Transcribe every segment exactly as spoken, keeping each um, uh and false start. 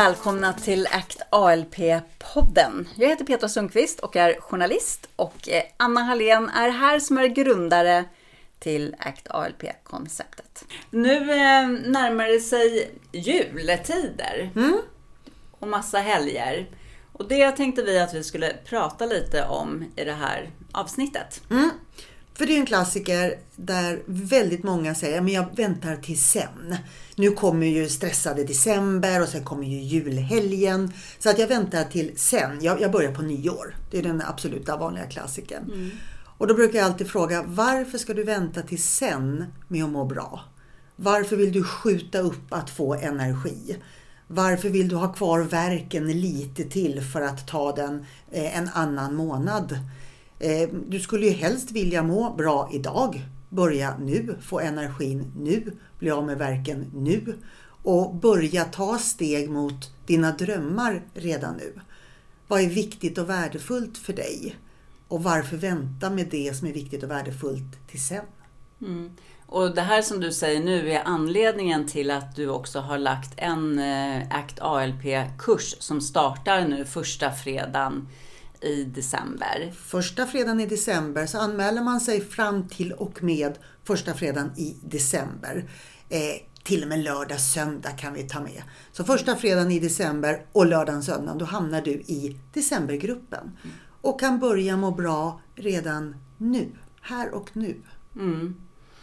Välkomna till ACT A L P-podden. Jag heter Petra Sundqvist och är journalist och Anna Hallén är här som är grundare till ACT A L P-konceptet. Nu eh, närmar det sig juletider mm. och massa helger. Och det tänkte vi att vi skulle prata lite om i det här avsnittet. Mm. För det är en klassiker där väldigt många säger men jag väntar till sen. Nu kommer ju stressade december och sen kommer ju julhelgen. Så att jag väntar till sen. Jag, jag börjar på nyår. Det är den absoluta vanliga klassikern. Mm. Och då brukar jag alltid fråga, varför ska du vänta till sen med att må bra? Varför vill du skjuta upp att få energi? Varför vill du ha kvar verken lite till för att ta den eh, en annan månad? Eh, du skulle ju helst vilja må bra idag. Börja nu, få energin nu, bli av med verken nu. Och börja ta steg mot dina drömmar redan nu. Vad är viktigt och värdefullt för dig? Och varför vänta med det som är viktigt och värdefullt till sen? Mm. Och det här som du säger nu är anledningen till att du också har lagt en eh, ACT A L P-kurs som startar nu första fredagen i december. Första fredagen i december så anmäler man sig fram till och med första fredagen i december. Eh, till och med lördag, söndag kan vi ta med. Så första fredagen i december och lördagen, söndag, då hamnar du i decembergruppen. Mm. Och kan börja må bra redan nu, här och nu. Mm.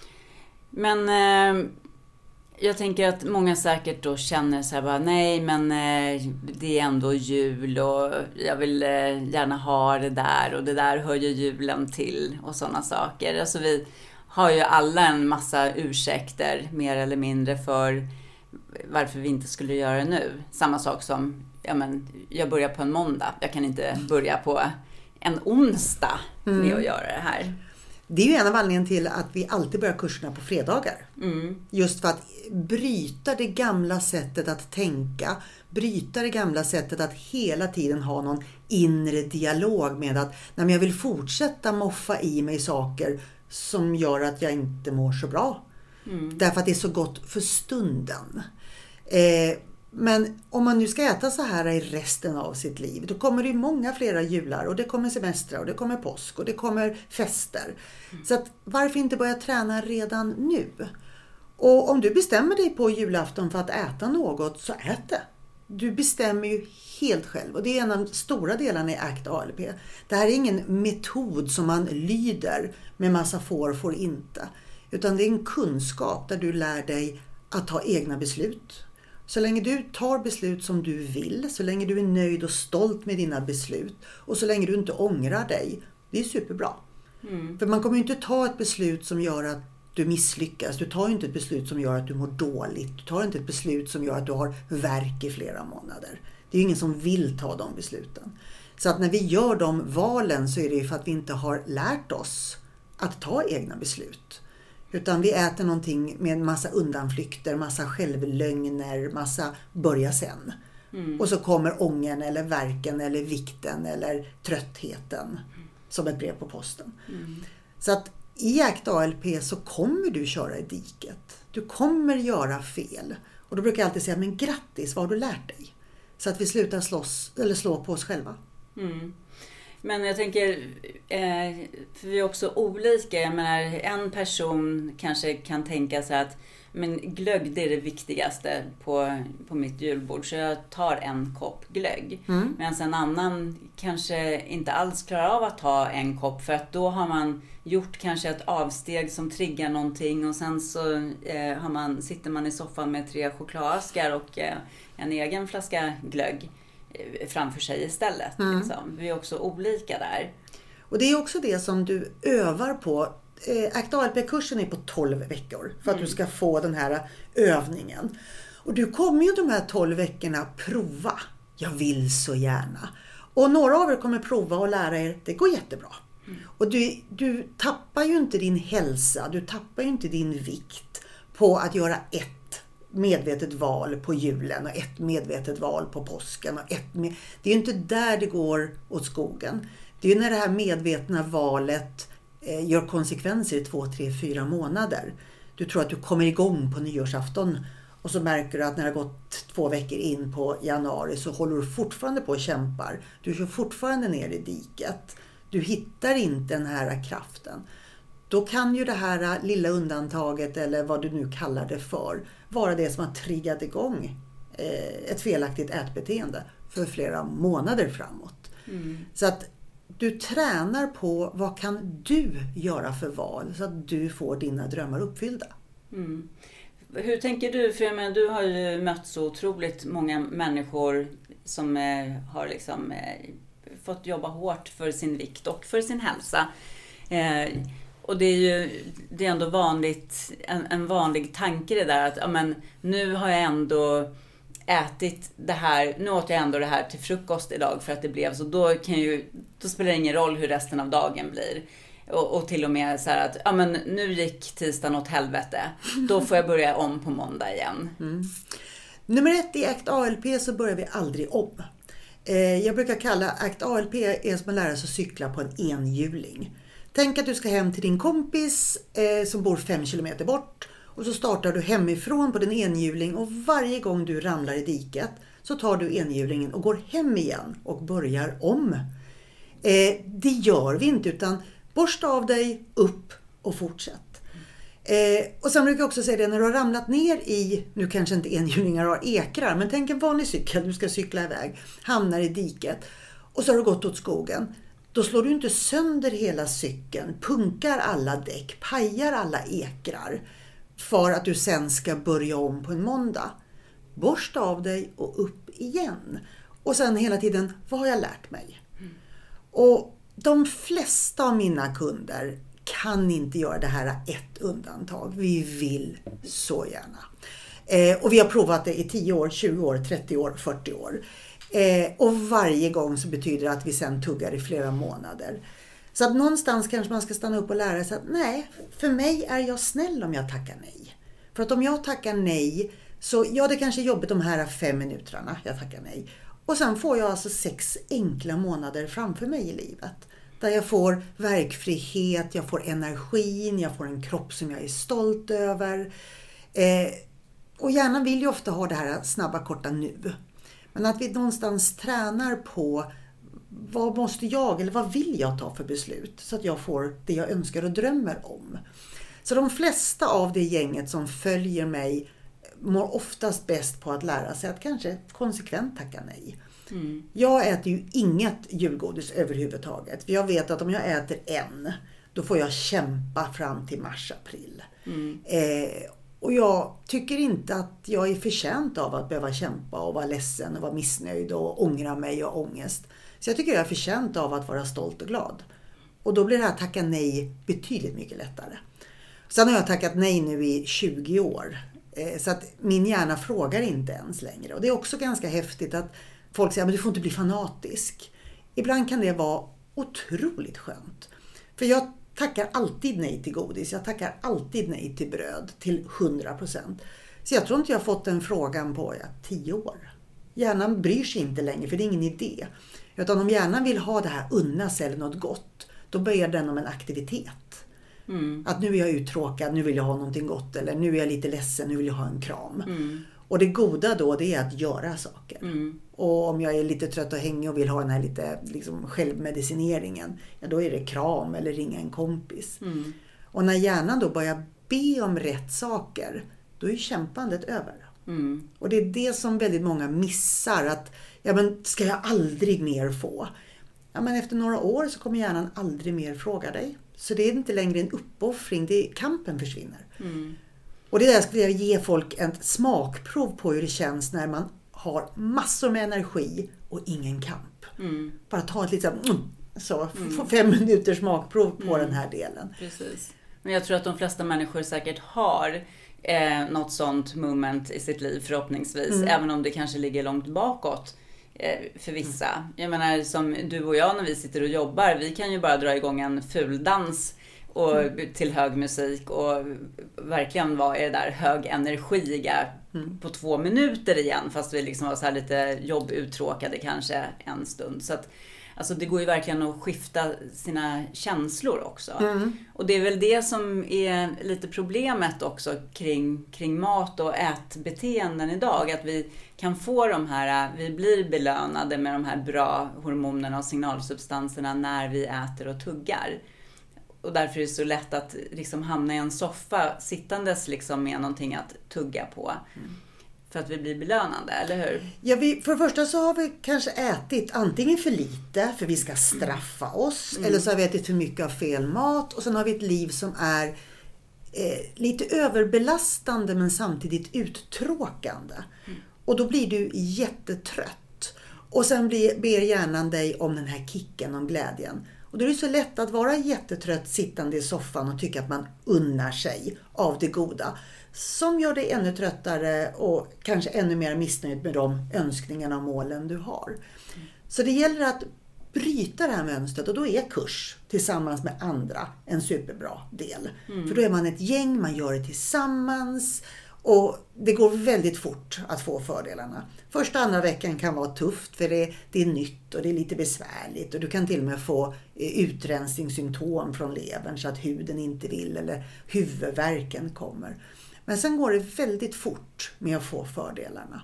Men eh, jag tänker att många säkert då känner så här bara, nej men eh, det är ändå jul och jag vill eh, gärna ha det där och det där hör ju julen till och sådana saker. Alltså vi har ju alla en massa ursäkter mer eller mindre för varför vi inte skulle göra det nu. Samma sak som, ja men jag börjar på en måndag, jag kan inte börja på en onsdag med mm. att göra det här. Det är ju en av anledningarna till att vi alltid börjar kurserna på fredagar. Mm. Just för att bryta det gamla sättet att tänka. Bryta det gamla sättet att hela tiden ha någon inre dialog med att nej, men jag vill fortsätta moffa i mig saker som gör att jag inte mår så bra. Mm. Därför att det är så gott för stunden. Eh, Men om man nu ska äta så här i resten av sitt liv, då kommer det ju många flera jular och det kommer semestrar och det kommer påsk och det kommer fester. Mm. Så att varför inte börja träna redan nu? Och om du bestämmer dig på julafton för att äta något, så ät det. Du bestämmer ju helt själv och det är en av de stora delarna i ACT A L P. Det här är ingen metod som man lyder med massa får, får inte. Utan det är en kunskap där du lär dig att ta egna beslut. Så länge du tar beslut som du vill, så länge du är nöjd och stolt med dina beslut och så länge du inte ångrar dig, det är superbra. Mm. För man kommer ju inte ta ett beslut som gör att du misslyckas. Du tar ju inte ett beslut som gör att du mår dåligt. Du tar inte ett beslut som gör att du har värk i flera månader. Det är ju ingen som vill ta de besluten. Så att när vi gör de valen så är det ju för att vi inte har lärt oss att ta egna beslut. Utan vi äter någonting med en massa undanflykter, massa självlögner, massa börja sen. Mm. Och så kommer ången eller värken eller vikten eller tröttheten mm. som ett brev på posten. Mm. Så att i ACT A L P så kommer du köra i diket. Du kommer göra fel. Och då brukar jag alltid säga, men grattis, vad har du lärt dig? Så att vi slutar slåss, eller slå på oss själva. Mm. Men jag tänker, eh, för vi är också olika. Jag menar, en person kanske kan tänka sig att men glögg, det är det viktigaste på, på mitt julbord. Så jag tar en kopp glögg. Mm. Medan en annan kanske inte alls klarar av att ta en kopp. För att då har man gjort kanske ett avsteg som triggar någonting. Och sen så eh, har man, sitter man i soffan med tre chokladaskar och eh, en egen flaska glögg framför sig istället. Mm. Liksom. Vi är också olika där. Och det är också det som du övar på. Eh, ACT A L P-kursen är på tolv veckor för att mm. du ska få den här övningen. Och du kommer ju de här tolv veckorna prova. Jag vill så gärna. Och några av er kommer prova och lära er. Det går jättebra. Mm. Och du, du tappar ju inte din hälsa. Du tappar ju inte din vikt på att göra ett medvetet val på julen och ett medvetet val på påsken. Och ett med... Det är ju inte där det går åt skogen. Det är ju när det här medvetna valet eh, gör konsekvenser i två, tre, fyra månader. Du tror att du kommer igång på nyårsafton Och så märker du att när det har gått två veckor in på januari så håller du fortfarande på och kämpar. Du kör fortfarande ner i diket. Du hittar inte den här kraften. Då kan ju det här lilla undantaget, eller vad du nu kallar det för, vara det som har triggat igång ett felaktigt ätbeteende för flera månader framåt. Mm. Så att du tränar på vad kan du göra för val så att du får dina drömmar uppfyllda. Mm. Hur tänker du? För jag menar, du har ju mött så otroligt många människor som eh, har liksom, eh, fått jobba hårt för sin vikt och för sin hälsa. Eh, och det är ju det är ändå vanligt, en, en vanlig tanke det där att ja, men, nu har jag ändå ätit det här, nu åt jag ändå det här till frukost idag för att det blev så, då kan ju, då spelar det ingen roll hur resten av dagen blir. Och, och till och med så här att ja, men nu gick tisdagen åt helvete, då får jag börja om på måndag igen. Mm. Nummer ett i ACT A L P så börjar vi aldrig om. Eh, jag brukar kalla ACT A L P är som att lära sig att cykla på en enhjuling. Tänk att du ska hem till din kompis eh, som bor fem kilometer bort. Och så startar du hemifrån på din enhjuling och varje gång du ramlar i diket så tar du enhjulingen och går hem igen och börjar om. Eh, det gör vi inte, utan borsta av dig, upp och fortsätt. Eh, och sen brukar jag också säga det, när du har ramlat ner i, nu kanske inte enhjulingar har ekrar, men tänk en vanlig cykel, du ska cykla iväg, hamnar i diket och så har du gått åt skogen. Då slår du inte sönder hela cykeln, punkar alla däck, pajar alla ekrar för att du sen ska börja om på en måndag. Borsta av dig och upp igen. Och sen hela tiden, vad har jag lärt mig? Mm. Och de flesta av mina kunder kan inte göra det här ett undantag. Vi vill så gärna. Eh, och vi har provat det i tio år, tjugo år, trettio år, fyrtio år. Eh, och varje gång så betyder det att vi sen tuggar i flera månader. Så att någonstans kanske man ska stanna upp och lära sig att nej, för mig är jag snäll om jag tackar nej. För att om jag tackar nej, så ja, det kanske är jobbigt de här fem minuterna, jag tackar nej. Och sen får jag alltså sex enkla månader framför mig i livet. Där jag får verkfrihet, jag får energin, jag får en kropp som jag är stolt över. Eh, och hjärnan vill ju ofta ha det här snabba, korta nu. Men att vi någonstans tränar på vad måste jag eller vad vill jag ta för beslut så att jag får det jag önskar och drömmer om. Så de flesta av det gänget som följer mig mår oftast bäst på att lära sig att kanske konsekvent tacka nej. Mm. Jag äter ju inget julgodis överhuvudtaget. För jag vet att om jag äter en, då får jag kämpa fram till mars-april. Mm. Eh, och jag tycker inte att jag är förtjänt av att behöva kämpa och vara ledsen och vara missnöjd och ångra mig och ångest. Så jag tycker jag är förtjänt av att vara stolt och glad. Och då blir det här tacka nej betydligt mycket lättare. Sen har jag tackat nej nu i tjugo år. Så att min hjärna frågar inte ens längre. Och det är också ganska häftigt att folk säger att du får inte bli fanatisk. Ibland kan det vara otroligt skönt. För jag tackar alltid nej till godis. Jag tackar alltid nej till bröd till hundra procent. Så jag tror inte jag har fått den frågan på ja, tio år. Hjärnan bryr sig inte längre för det är ingen idé. Utan om hjärnan vill ha det här unna sig eller något gott, då börjar den om en aktivitet. Mm. Att nu är jag uttråkad, nu vill jag ha någonting gott. Eller nu är jag lite ledsen, nu vill jag ha en kram. Mm. Och det goda då, det är att göra saker. Mm. Och om jag är lite trött och hängig och vill ha den här lite liksom, självmedicineringen, ja, då är det kram eller ringa en kompis. Mm. Och när hjärnan då börjar be om rätt saker, då är kämpandet över. Mm. Och det är det som väldigt många missar. Att, ja men ska jag aldrig mer få? Ja men efter några år så kommer hjärnan aldrig mer fråga dig. Så det är inte längre en uppoffring, det är, kampen försvinner. Mm. Och det där skulle jag ge folk ett smakprov på hur det känns när man har massor med energi och ingen kamp. Mm. Bara ta ett litet så, mm. fem minuters smakprov på mm. den här delen. Precis. Men jag tror att de flesta människor säkert har eh, något sånt moment i sitt liv förhoppningsvis. Mm. Även om det kanske ligger långt bakåt eh, för vissa. Mm. Jag menar som du och jag när vi sitter och jobbar. Vi kan ju bara dra igång en fuldans och mm. till hög musik och verkligen vara i det där högenergiga mm. på två minuter igen, fast vi liksom var så här lite jobbuttråkade kanske en stund. Så att alltså det går ju verkligen att skifta sina känslor också. Mm. Och det är väl det som är lite problemet också kring, kring mat och ätbeteenden idag. Att vi kan få de här, vi blir belönade med de här bra hormonerna och signalsubstanserna när vi äter och tuggar. Och därför är det så lätt att liksom hamna i en soffa sittandes liksom med någonting att tugga på. Mm. För att vi blir belönade, eller hur? Ja, vi, för det första så har vi kanske ätit antingen för lite, för vi ska straffa oss. Mm. Eller så har vi ätit för mycket av fel mat. Och sen har vi ett liv som är eh, lite överbelastande men samtidigt uttråkande. Mm. Och då blir du jättetrött. Och sen blir, ber hjärnan dig om den här kicken, om glädjen. Och då är det så lätt att vara jättetrött sittande i soffan och tycka att man unnar sig av det goda. Som gör dig ännu tröttare och kanske ännu mer missnöjd med de önskningarna och målen du har. Mm. Så det gäller att bryta det här mönstret, och då är kurs tillsammans med andra en superbra del. Mm. För då är man ett gäng, man gör det tillsammans och det går väldigt fort att få fördelarna. Första andra veckan kan vara tufft för det, det är nytt och det är lite besvärligt, och du kan till och med få utrensningssymptom från levern så att huden inte vill eller huvudvärken kommer. Men sen går det väldigt fort med att få fördelarna.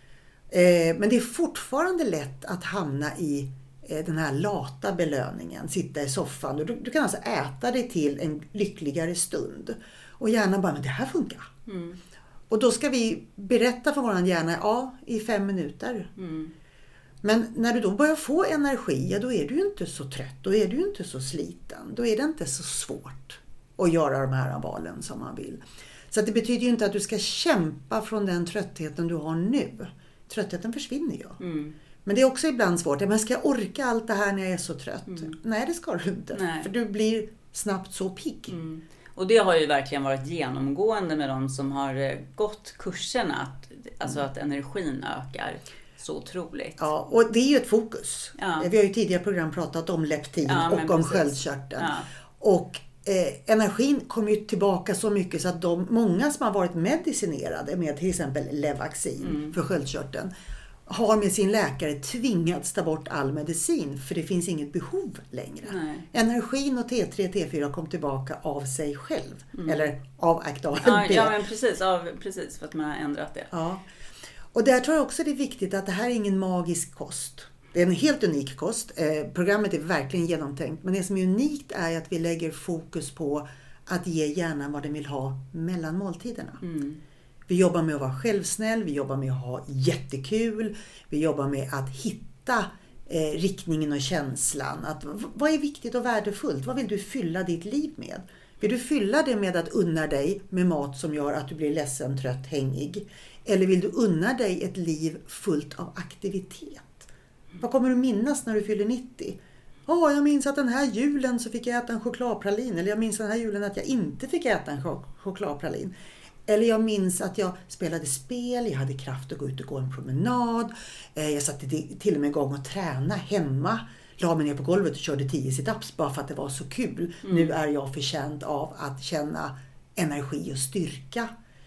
Eh, men det är fortfarande lätt att hamna i eh, den här lata belöningen. Sitta i soffan. Du, du kan alltså äta dig till en lyckligare stund. Och gärna bara, men det här funkar. Mm. Och då ska vi berätta för våran hjärna, ja, i fem minuter. Mm. Men när du då börjar få energi, ja, då är du inte så trött. Då är du inte så sliten. Då är det inte så svårt att göra de här valen som man vill. Så det betyder ju inte att du ska kämpa från den tröttheten du har nu. Tröttheten försvinner ju. Mm. Men det är också ibland svårt. Men ska jag orka allt det här när jag är så trött? Mm. Nej, det ska du inte. Nej. För du blir snabbt så pigg. Mm. Och det har ju verkligen varit genomgående med de som har gått kurserna. Att, alltså mm. att energin ökar så otroligt. Ja, och det är ju ett fokus. Ja. Vi har ju tidigare program pratat om leptin ja, och om sköldkörteln. Ja. Och Eh, energin kommer ju tillbaka så mycket så att de, många som har varit medicinerade med till exempel Levaxin mm. för sköldkörteln har med sin läkare tvingats ta bort all medicin för det finns inget behov längre. Nej. Energin och T tre T fyra kom tillbaka av sig själv. Mm. Eller av Actal L P. Ja, ja men precis, av, precis för att man har ändrat det. Ja. Och där tror jag också det är viktigt att det här är ingen magisk kost. Det är en helt unik kost. Eh, programmet är verkligen genomtänkt. Men det som är unikt är att vi lägger fokus på att ge hjärnan vad den vill ha mellan måltiderna. Mm. Vi jobbar med att vara självsnäll. Vi jobbar med att ha jättekul. Vi jobbar med att hitta eh, riktningen och känslan. Att, vad är viktigt och värdefullt? Vad vill du fylla ditt liv med? Vill du fylla det med att unna dig med mat som gör att du blir ledsen, trött, hängig? Eller vill du unna dig ett liv fullt av aktivitet? Vad kommer du minnas när du fyller nittio? Åh, oh, jag minns att den här julen så fick jag äta en chokladpralin. Eller jag minns den här julen att jag inte fick äta en chokladpralin. Eller jag minns att jag spelade spel, jag hade kraft att gå ut och gå en promenad. Jag satte till och med igång och träna hemma. La mig ner på golvet och körde tio sit-ups bara för att det var så kul. Mm. Nu är jag förtjänt av att känna energi och styrka.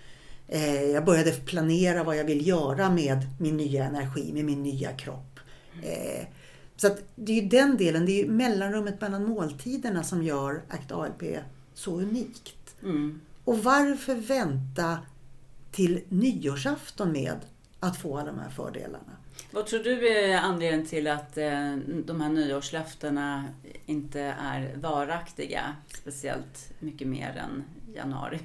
Jag började planera vad jag vill göra med min nya energi, med min nya kropp. Eh, så att det är ju den delen, det är ju mellanrummet mellan måltiderna som gör Actal L P så unikt. Mm. Och varför vänta till nyårsafton med att få alla de här fördelarna? Vad tror du är anledningen till att eh, de här nyårslöftena inte är varaktiga, speciellt mycket mer än januari?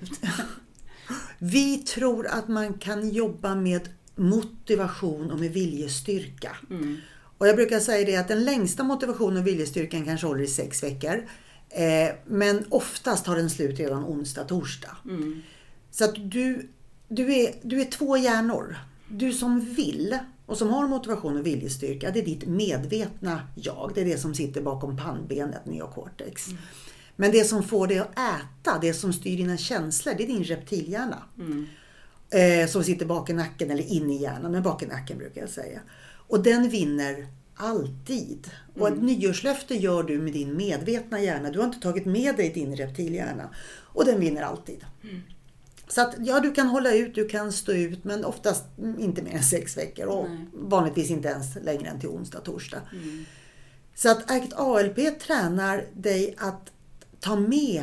Vi tror att man kan jobba med motivation och med viljestyrka. Mm. Och jag brukar säga det att den längsta motivationen och viljestyrkan kanske håller i sex veckor. Eh, men oftast har den slut redan onsdag, torsdag. Mm. Så att du, du, är, du är två hjärnor. Du som vill och som har motivation och viljestyrka, det är ditt medvetna jag. Det är det som sitter bakom pannbenet, neokortex. Mm. Men det som får dig att äta, det som styr dina känslor, det är din reptilhjärna. Mm. Eh, som sitter bak i nacken eller in i hjärnan, men bak i nacken brukar jag säga. Och den vinner alltid. Mm. Och ett nyårslöfte gör du med din medvetna hjärna. Du har inte tagit med dig din reptilhjärna. Och den vinner alltid. Mm. Så att ja, du kan hålla ut, du kan stå ut, men oftast inte mer än sex veckor. Och Nej. vanligtvis inte ens längre än till onsdag, torsdag. Mm. Så att ACT A L P tränar dig att ta med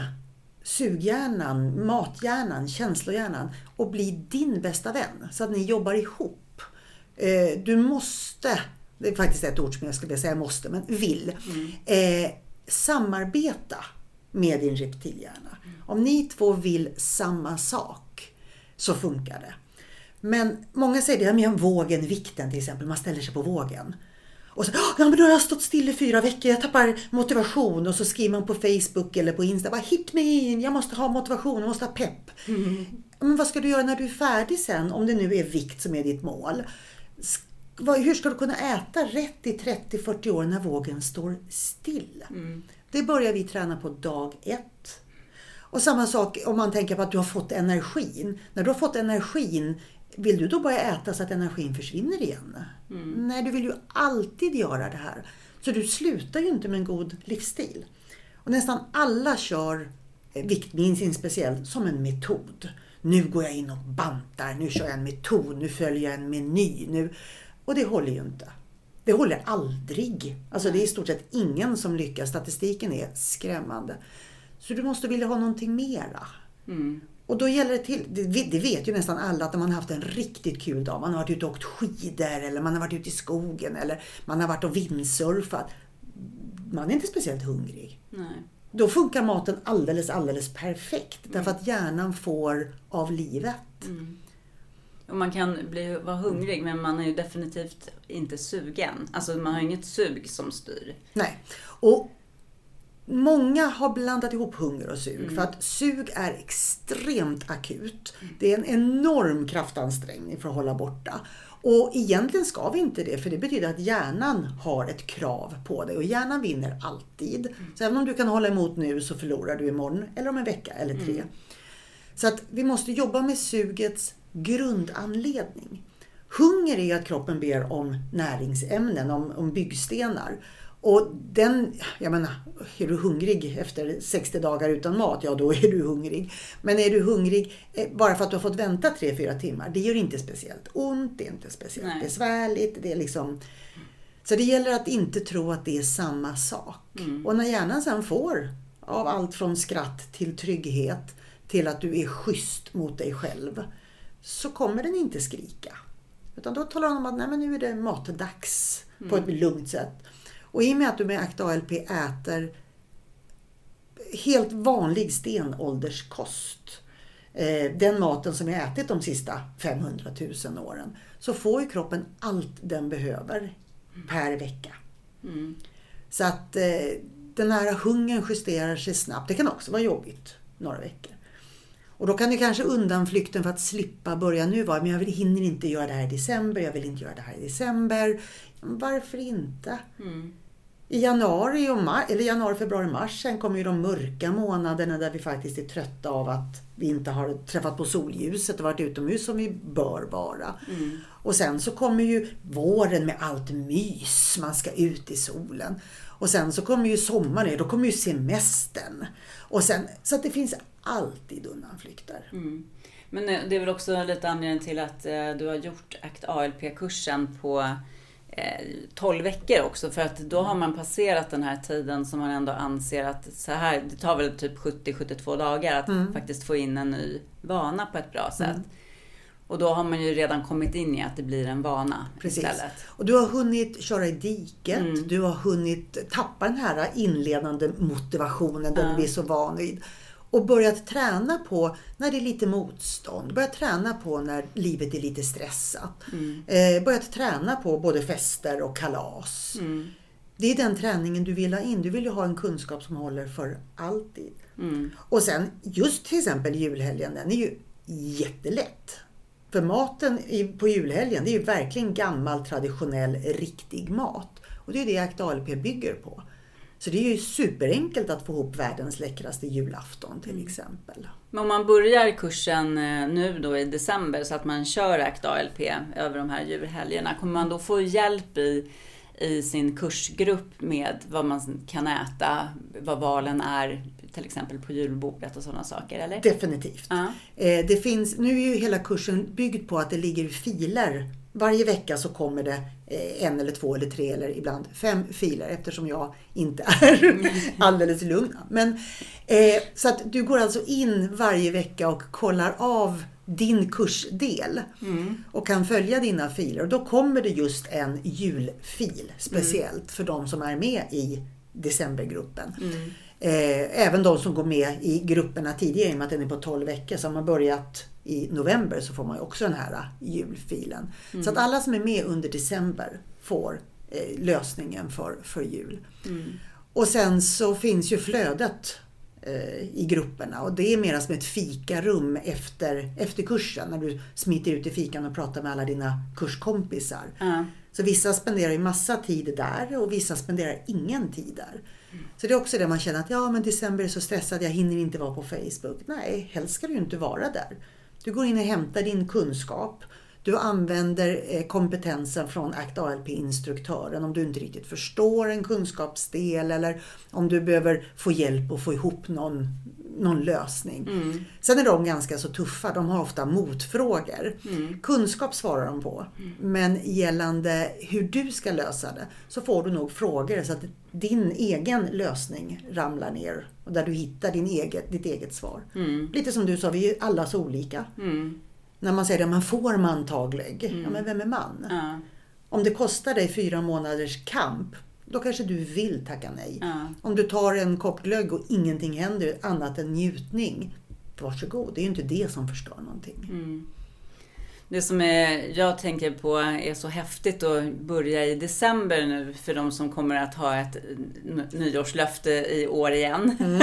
sughjärnan, mathjärnan, känslohjärnan och bli din bästa vän. Så att ni jobbar ihop. Du måste, det är faktiskt ett ord som jag skulle säga måste, men vill, mm. eh, samarbeta med din reptilhjärna. Mm. Om ni två vill samma sak så funkar det. Men många säger det med vågen, vikten till exempel. Man ställer sig på vågen. Och så, ja men då har jag stått still i fyra veckor, jag tappar motivation. Och så skriver man på Facebook eller på Insta, bara hit me in, jag måste ha motivation, jag måste ha pepp. Mm. Men vad ska du göra när du är färdig sen, om det nu är vikt som är ditt mål? Hur ska du kunna äta rätt i trettio till fyrtio år när vågen står still? Mm. Det börjar vi träna på dag ett. Och samma sak om man tänker på att du har fått energin. När du har fått energin, vill du då börja äta så att energin försvinner igen? Mm. Nej, du vill ju alltid göra det här. Så du slutar ju inte med en god livsstil. Och nästan alla kör viktminskning speciellt som en metod. Nu går jag in och bantar, nu kör jag en metod, nu följer jag en meny. Nu... Och det håller ju inte. Det håller aldrig. Alltså det är i stort sett ingen som lyckas. Statistiken är skrämmande. Så du måste vilja ha någonting mera. Mm. Och då gäller det till, det vet ju nästan alla, att man har haft en riktigt kul dag. Man har varit ute och åkt skidor eller man har varit ute i skogen eller man har varit och vindsurfat. Man är inte speciellt hungrig. Nej. Då funkar maten alldeles, alldeles perfekt. Mm. Därför att hjärnan får av livet. Mm. Och man kan bli, vara hungrig men man är ju definitivt inte sugen. Alltså man har inget sug som styr. Nej. Och många har blandat ihop hunger och sug. Mm. För att sug är extremt akut. Mm. Det är en enorm kraftansträngning för att hålla borta. Och egentligen ska vi inte det. För det betyder att hjärnan har ett krav på dig. Och hjärnan vinner alltid. Mm. Så även om du kan hålla emot nu så förlorar du imorgon. Eller om en vecka eller tre. Mm. Så att vi måste jobba med sugets grundanledning. Hunger är att kroppen ber om näringsämnen, om, om byggstenar. Och den, jag menar, är du hungrig efter sextio dagar utan mat, ja då är du hungrig. Men är du hungrig bara för att du har fått vänta tre till fyra timmar, det gör inte speciellt ont, det är inte speciellt Nej. besvärligt. Det är liksom... Så det gäller att inte tro att det är samma sak. Mm. Och när hjärnan sen får av allt från skratt till trygghet till att du är schysst mot dig själv, så kommer den inte skrika. Utan då talar den om att nej, men nu är det matdags mm. på ett lugnt sätt. Och i och med att du med ACT A L P äter helt vanlig stenålderskost, eh, den maten som jag ätit de sista femhundratusen åren, så får ju kroppen allt den behöver mm. per vecka. Mm. Så att eh, den här hungern justerar sig snabbt. Det kan också vara jobbigt några veckor. Och då kan det kanske undanflykten för att slippa börja nu vara, men jag vill, hinner inte göra det här i december, jag vill inte göra det här i december. Varför inte? Mm. I januari, och mar- eller januari, februari, mars sen kommer ju de mörka månaderna där vi faktiskt är trötta av att vi inte har träffat på solljuset och varit utomhus som vi bör vara. Mm. Och sen så kommer ju våren med allt mys, man ska ut i solen. Och sen så kommer ju sommaren, då kommer ju semestern. Och sen, så att det finns alltid undanflykter. Mm. Men det är väl också lite anledning till att eh, du har gjort ACT A L P-kursen på eh, tolv veckor också. För att då har man passerat den här tiden som man ändå anser att så här, det tar väl typ sjuttio till sjuttiotvå dagar att mm. faktiskt få in en ny vana på ett bra sätt. Mm. Och då har man ju redan kommit in i att det blir en vana. Precis. Istället. Och du har hunnit köra i diket. Mm. Du har hunnit tappa den här inledande motivationen. Den mm. vi är så van vid. Och börjat träna på när det är lite motstånd. Börjat träna på när livet är lite stressat. Mm. Eh, börjat träna på både fester och kalas. Mm. Det är den träningen du vill ha in. Du vill ju ha en kunskap som håller för alltid. Mm. Och sen just till exempel julhelgen. Den är ju jättelätt. För maten på julhelgen, det är ju verkligen gammal, traditionell, riktig mat. Och det är det ACT A L P bygger på. Så det är ju superenkelt att få ihop världens läckraste julafton till exempel. Men om man börjar kursen nu då i december så att man kör ACT A L P över de här julhelgerna, kommer man då få hjälp i, i sin kursgrupp med vad man kan äta, vad valen är till exempel på julbordet och sådana saker, eller? Definitivt. Uh-huh. Eh, det finns, nu är ju hela kursen byggd på att det ligger filer varje vecka så kommer det en eller två eller tre eller ibland fem filer eftersom jag inte är alldeles lugn. Men, eh, så att du går alltså in varje vecka och kollar av din kursdel mm. och kan följa dina filer. Och då kommer det just en julfil speciellt mm. för de som är med i decembergruppen. Mm. Eh, även de som går med i grupperna tidigare, i och med att den är på tolv veckor, så har man börjat i november så får man ju också den här julfilen. Mm. Så att alla som är med under december får eh, lösningen för, för jul. Mm. Och sen så finns ju flödet eh, i grupperna, och det är mer som ett fikarum efter, efter kursen, när du smiter ut i fikan och pratar med alla dina kurskompisar. Mm. Så vissa spenderar ju massa tid där och vissa spenderar ingen tid där. Mm. Så det är också det man känner att ja, men december är så stressad, jag hinner inte vara på Facebook. Nej, helst ska du ju inte vara där. Du går in och hämtar din kunskap. Du använder kompetensen från ACT A L P-instruktören om du inte riktigt förstår en kunskapsdel eller om du behöver få hjälp och få ihop någon, någon lösning. Mm. Sen är de ganska så tuffa. De har ofta motfrågor. Mm. Kunskap svarar de på. Mm. Men gällande hur du ska lösa det så får du nog frågor så att din egen lösning ramlar ner. Och där du hittar din eget, ditt eget svar. Mm. Lite som du sa, vi är alla så olika. Mm. När man säger att man får mantaglägg. Mm. Ja, men vem är man? Ja. Om det kostar dig fyra månaders kamp, då kanske du vill tacka nej. Ja. Om du tar en kopp glögg och ingenting händer annat än njutning, varsågod. Det är ju inte det som förstör någonting. Mm. Det som är, jag tänker på är så häftigt att börja i december nu för de som kommer att ha ett nyårslöfte i år igen. Mm.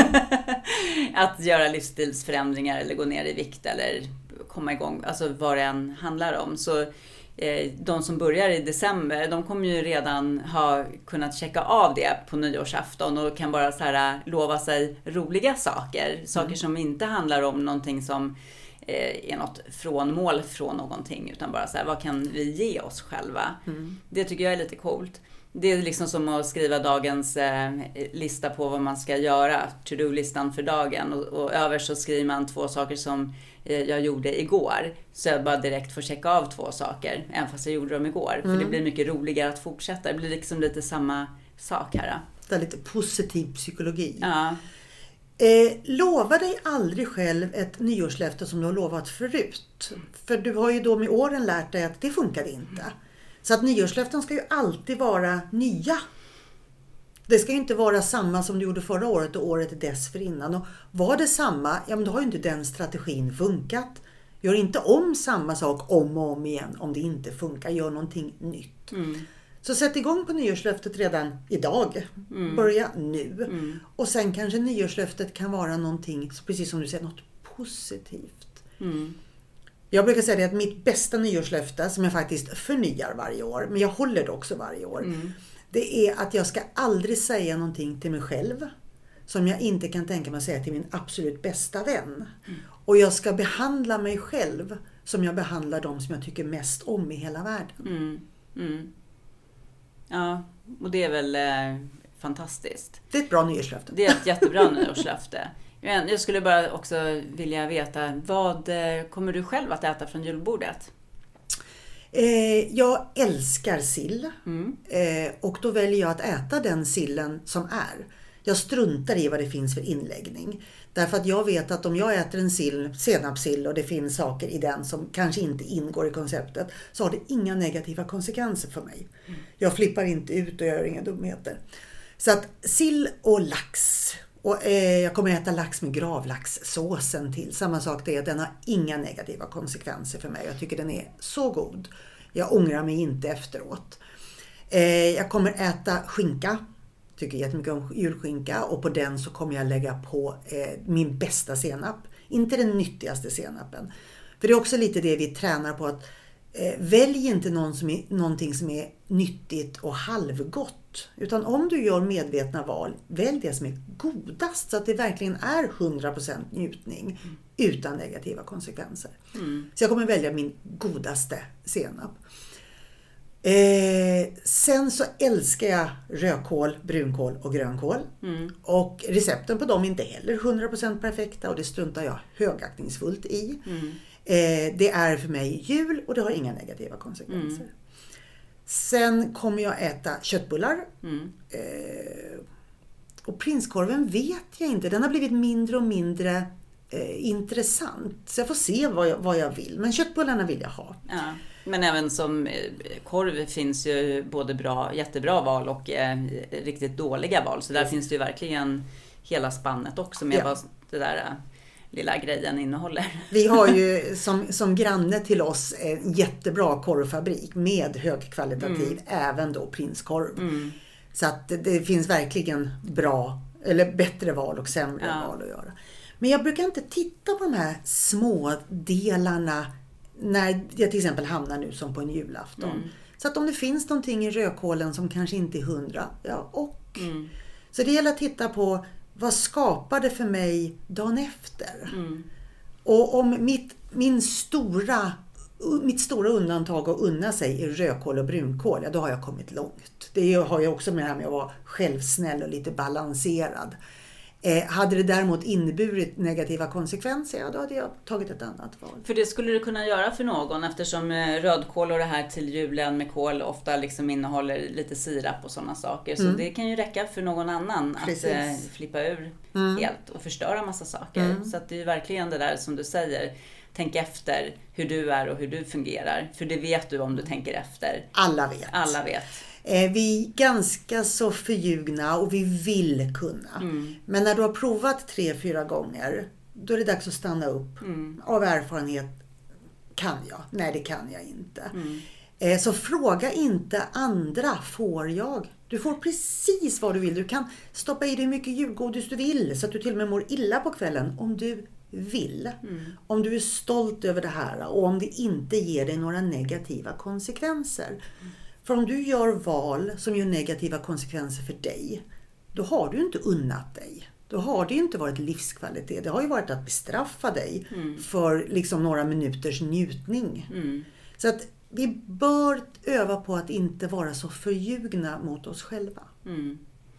Att göra livsstilsförändringar eller gå ner i vikt eller komma igång, alltså vad det än handlar om. Så eh, de som börjar i december, de kommer ju redan ha kunnat checka av det på nyårsafton och kan bara så här lova sig roliga saker. Mm. Saker som inte handlar om någonting som är något frånmål från någonting, utan bara så här, vad kan vi ge oss själva? Mm. Det tycker jag är lite coolt. Det är liksom som att skriva dagens eh, lista på vad man ska göra, to-do-listan för dagen, och, och över så skriver man två saker som eh, jag gjorde igår, så jag bara direkt får checka av två saker, även fast jag gjorde dem igår. Mm. För det blir mycket roligare att fortsätta. Det blir liksom lite samma sak här. Det är lite positiv psykologi. Ja. Eh, lova dig aldrig själv ett nyårslöfte som du har lovat förut. För du har ju då med åren lärt dig att det funkar inte. Så att nyårslöften ska ju alltid vara nya. Det ska ju inte vara samma som du gjorde förra året och året dessförinnan. Och var det samma, ja men då har ju inte den strategin funkat. Gör inte om samma sak om och om igen om det inte funkar. Gör någonting nytt. Mm. Så sätt igång på nyårslöftet redan idag. Mm. Börja nu. Mm. Och sen kanske nyårslöftet kan vara någonting, precis som du säger, något positivt. Mm. Jag brukar säga det att mitt bästa nyårslöfte, som jag faktiskt förnyar varje år, men jag håller det också varje år. Mm. Det är att jag ska aldrig säga någonting till mig själv som jag inte kan tänka mig att säga till min absolut bästa vän. Mm. Och jag ska behandla mig själv som jag behandlar dem som jag tycker mest om i hela världen. Mm. Mm. Ja, och det är väl eh, fantastiskt. Det är ett bra nyårslöfte. Det är ett jättebra nyårslöfte. Jag skulle bara också vilja veta, vad kommer du själv att äta från julbordet? Eh, jag älskar sill. Mm. Eh, och då väljer jag att äta den sillen som är. Jag struntar i vad det finns för inläggning. Därför att jag vet att om jag äter en sill, senapssill, och det finns saker i den som kanske inte ingår i konceptet, så har det inga negativa konsekvenser för mig. Mm. Jag flippar inte ut och gör inga dumheter. Så att sill och lax. Och eh, jag kommer äta lax med gravlaxsåsen till. Samma sak det är att den har inga negativa konsekvenser för mig. Jag tycker den är så god. Jag ångrar mig inte efteråt. Eh, jag kommer äta skinka. Tycker jättemycket om julskinka. Och på den så kommer jag lägga på eh, min bästa senap. Inte den nyttigaste senapen. För det är också lite det vi tränar på, att eh, välj inte någon som är, någonting som är nyttigt och halvgott. Utan om du gör medvetna val, välj det som är godast, så att det verkligen är hundra procent njutning mm. utan negativa konsekvenser. Mm. Så jag kommer välja min godaste senap. Eh, sen så älskar jag rödkål, brunkål och grönkål. Mm. Och recepten på dem är inte heller hundra procent perfekta, och det struntar jag högaktningsfullt i. Mm. Eh, det är för mig jul och det har inga negativa konsekvenser. Mm. Sen kommer jag äta köttbullar. Mm. Eh, och prinskorven vet jag inte. Den har blivit mindre och mindre eh, intressant. Så jag får se vad jag, vad jag vill. Men köttbullarna vill jag ha. Ja. Men även som korv finns ju både bra, jättebra val och eh, riktigt dåliga val. Så där mm. finns det ju verkligen hela spannet också med ja. vad det där eh, lilla grejen innehåller. Vi har ju som, som granne till oss en jättebra korvfabrik med högkvalitativ, mm. även då prinskorv. Mm. Så att det, det finns verkligen bra, eller bättre val och sämre ja. val att göra. Men jag brukar inte titta på de här små delarna när jag till exempel hamnar nu som på en julafton. Mm. Så att om det finns någonting i rödkålen som kanske inte är hundra, ja och. Mm. Så det gäller att titta på vad skapar det för mig dagen efter. Mm. Och om mitt, min stora, mitt stora undantag att unna sig är rödkål och brunkål, ja då har jag kommit långt. Det har jag också med det här med att vara självsnäll och lite balanserad. Eh, hade det däremot inneburit negativa konsekvenser, ja, då hade jag tagit ett annat val. För det skulle du kunna göra för någon, eftersom rödkål och det här till julen med kål ofta liksom innehåller lite sirap och sådana saker. Så mm. det kan ju räcka för någon annan Precis. att eh, flippa ur mm. helt och förstöra massa saker. Mm. Så att det är verkligen det där som du säger. Tänk efter hur du är och hur du fungerar. För det vet du om du tänker efter. Alla vet. Alla vet. Vi är ganska så förljugna och vi vill kunna. Mm. Men när du har provat tre, fyra gånger, då är det dags att stanna upp. Mm. Av erfarenhet kan jag? Nej, det kan jag inte. Mm. Så fråga inte andra, får jag? Du får precis vad du vill. Du kan stoppa i dig mycket julgodis du vill så att du till och med mår illa på kvällen om du vill. Mm. Om du är stolt över det här och om det inte ger dig några negativa konsekvenser. Mm. För om du gör val som ger negativa konsekvenser för dig, då har du inte unnat dig. Då har det inte varit livskvalitet. Det har ju varit att bestraffa dig mm. för liksom några minuters njutning. Mm. Så att vi bör öva på att inte vara så förljugna mot oss själva. Mm.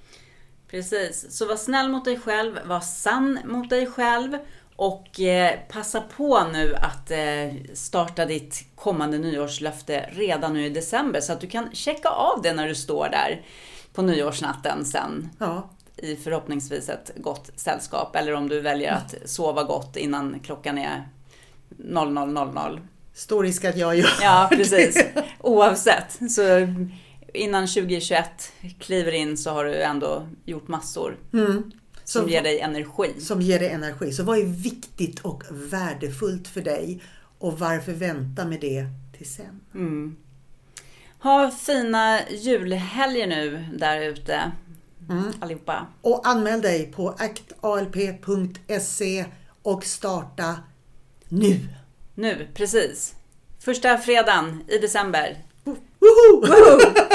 Precis. Så var snäll mot dig själv, var sann mot dig själv. Och eh, passa på nu att eh, starta ditt kommande nyårslöfte redan nu i december. Så att du kan checka av det när du står där på nyårsnatten sen. Ja. I förhoppningsvis ett gott sällskap. Eller om du väljer att sova gott innan klockan är noll noll noll noll. Stor risk att jag gör. Ja, precis. Oavsett. Så innan tjugo tjugoett kliver in så har du ändå gjort massor. Mm. Som, som ger dig energi. Som ger dig energi. Så vad är viktigt och värdefullt för dig? Och varför vänta med det till sen? Mm. Ha fina julhelger nu där ute. Mm. Allihopa. Och anmäl dig på act a l p punkt se och starta nu. Nu, precis. Första fredagen i december. Woho! Woho!